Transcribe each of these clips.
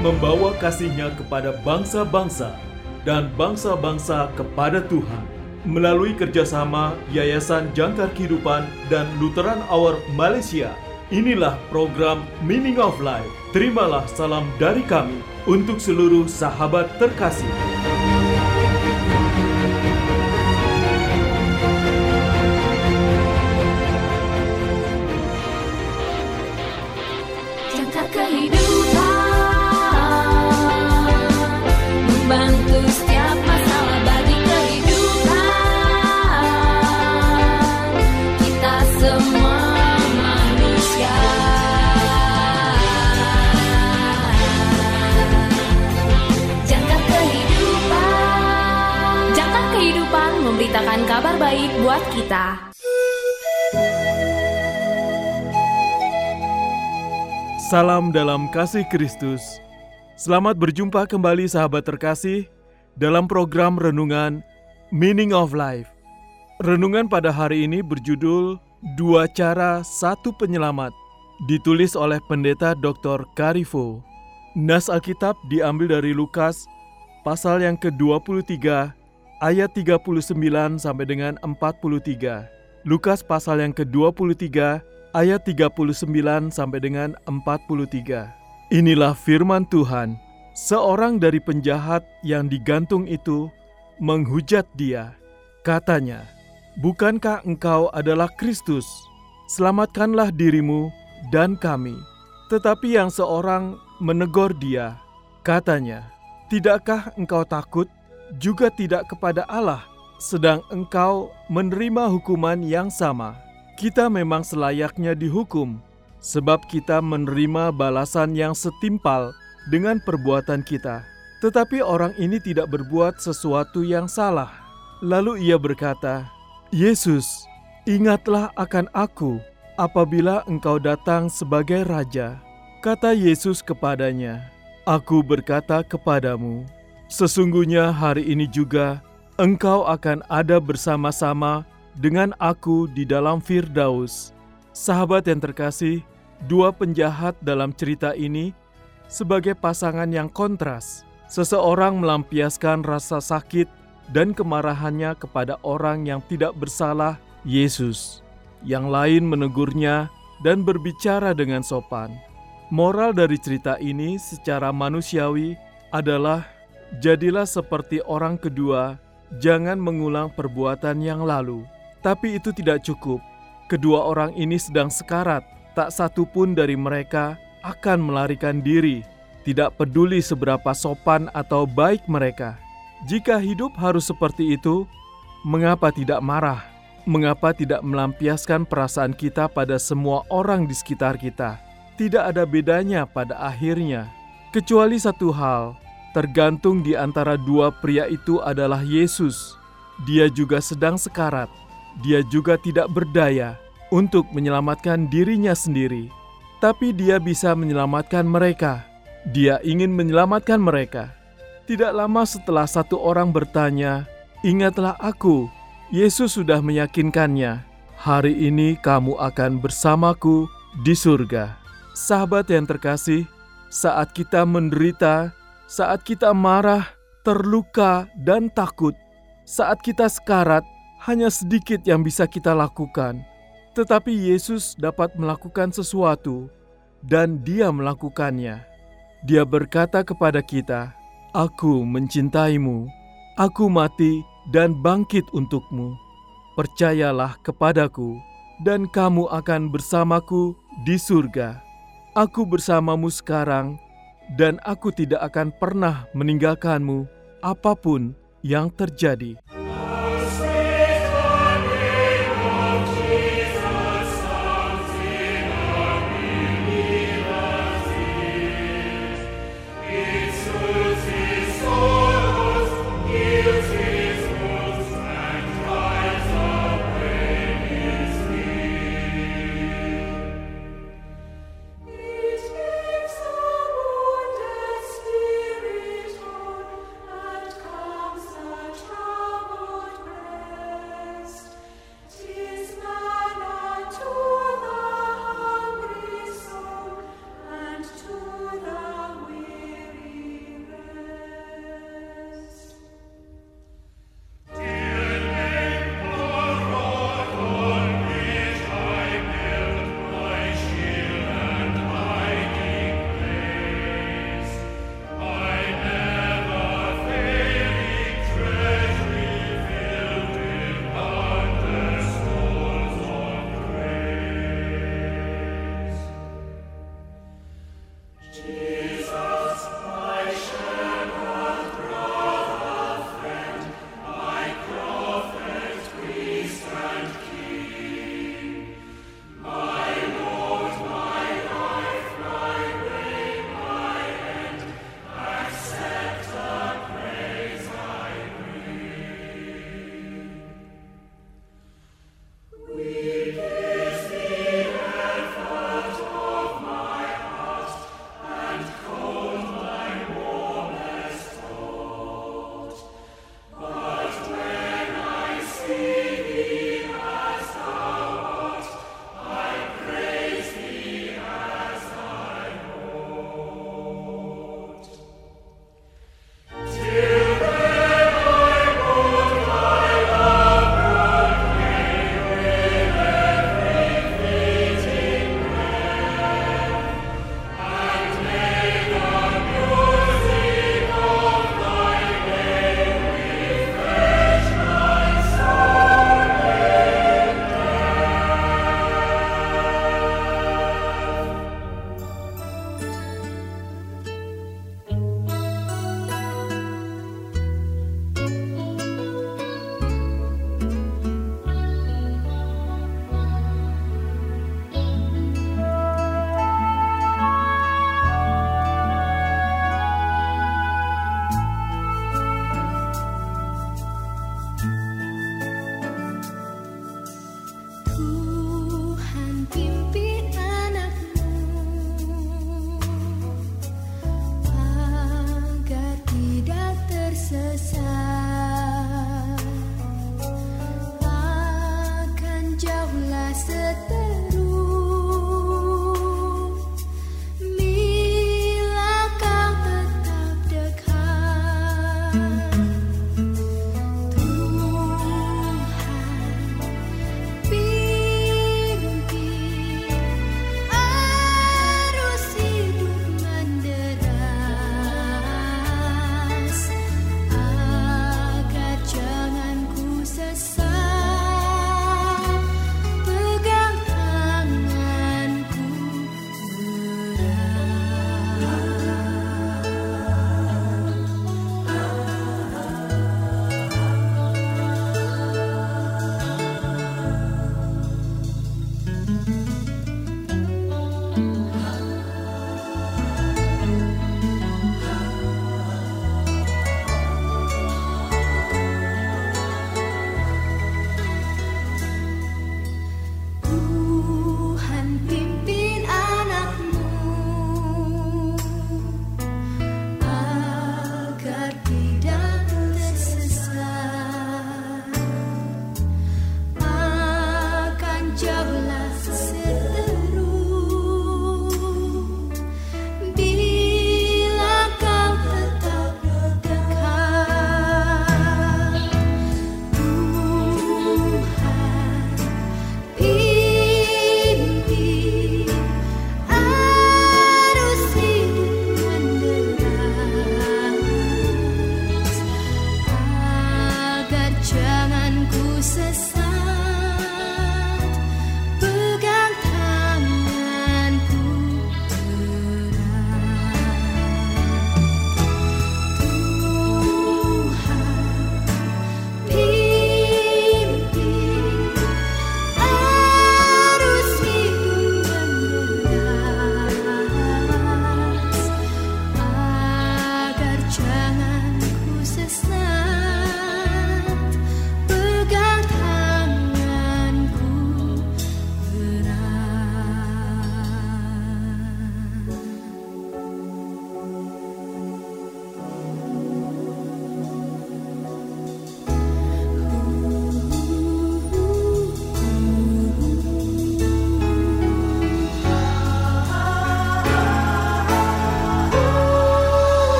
membawa kasih-Nya kepada bangsa-bangsa dan bangsa-bangsa kepada Tuhan. Melalui kerjasama Yayasan Jangkar Kehidupan dan Lutheran Hour Malaysia, inilah program Meaning of Life. Terimalah salam dari kami untuk seluruh sahabat terkasih. Jangkar kehidupan membantu setiap masalah bagi kehidupan kita semua manusia. Jangkar kehidupan memberitakan kabar baik buat kita. Salam dalam kasih Kristus. Selamat berjumpa kembali sahabat terkasih dalam program Renungan Meaning of Life. Renungan pada hari ini berjudul Dua Cara Satu Penyelamat, ditulis oleh Pendeta Dr. Karifo. Nas Alkitab diambil dari Lukas pasal yang ke-23 ayat 39 sampai dengan 43. Lukas pasal yang ke-23 ayat 39 sampai dengan 43. Inilah firman Tuhan. Seorang dari penjahat yang digantung itu menghujat dia. Katanya, "Bukankah engkau adalah Kristus? Selamatkanlah dirimu dan kami." Tetapi yang seorang menegur dia. Katanya, "Tidakkah engkau takut juga tidak kepada Allah, sedang engkau menerima hukuman yang sama? Kita memang selayaknya dihukum, sebab kita menerima balasan yang setimpal dengan perbuatan kita. Tetapi orang ini tidak berbuat sesuatu yang salah." Lalu ia berkata, "Yesus, ingatlah akan aku apabila engkau datang sebagai Raja." Kata Yesus kepadanya, "Aku berkata kepadamu, sesungguhnya hari ini juga engkau akan ada bersama-sama dengan aku di dalam Firdaus." Sahabat yang terkasih, dua penjahat dalam cerita ini sebagai pasangan yang kontras. Seseorang melampiaskan rasa sakit dan kemarahannya kepada orang yang tidak bersalah, Yesus. Yang lain menegurnya dan berbicara dengan sopan. Moral dari cerita ini secara manusiawi adalah jadilah seperti orang kedua, jangan mengulang perbuatan yang lalu. Tapi itu tidak cukup. Kedua orang ini sedang sekarat. Tak satu pun dari mereka akan melarikan diri. Tidak peduli seberapa sopan atau baik mereka. Jika hidup harus seperti itu, mengapa tidak marah? Mengapa tidak melampiaskan perasaan kita pada semua orang di sekitar kita? Tidak ada bedanya pada akhirnya. Kecuali satu hal, tergantung di antara dua pria itu adalah Yesus. Dia juga sedang sekarat. Dia juga tidak berdaya untuk menyelamatkan dirinya sendiri. Tapi dia bisa menyelamatkan mereka. Dia ingin menyelamatkan mereka. Tidak lama setelah satu orang bertanya, "Ingatlah aku." Yesus sudah meyakinkannya, "Hari ini kamu akan bersamaku di surga." Sahabat yang terkasih, saat kita menderita, saat kita marah, terluka, dan takut, saat kita sekarat, hanya sedikit yang bisa kita lakukan. Tetapi Yesus dapat melakukan sesuatu, dan Dia melakukannya. Dia berkata kepada kita, "Aku mencintaimu, aku mati dan bangkit untukmu. Percayalah kepadaku, dan kamu akan bersamaku di surga. Aku bersamamu sekarang, dan aku tidak akan pernah meninggalkanmu apapun yang terjadi."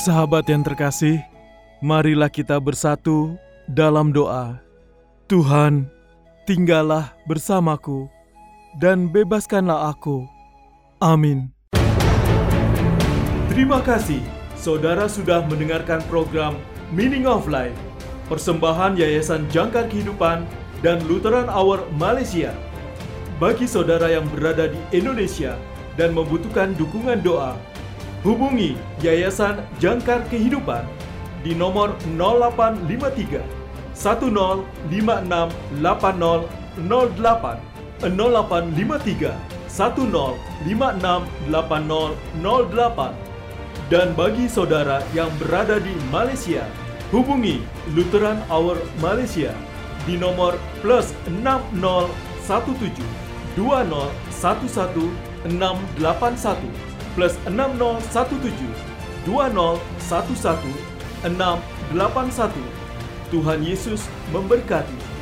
Sahabat yang terkasih, marilah kita bersatu dalam doa. Tuhan, tinggallah bersamaku dan bebaskanlah aku. Amin. Terima kasih, saudara sudah mendengarkan program Meaning of Life, persembahan Yayasan Jangkar Kehidupan dan Lutheran Hour Malaysia. Bagi saudara yang berada di Indonesia dan membutuhkan dukungan doa, hubungi Yayasan Jangkar Kehidupan di nomor 0853 1056 8008 0853 1056 8008. Dan bagi saudara yang berada di Malaysia, hubungi Lutheran Hour Malaysia di nomor +6017 2011 681 +6017 2011 681. Tuhan Yesus memberkati.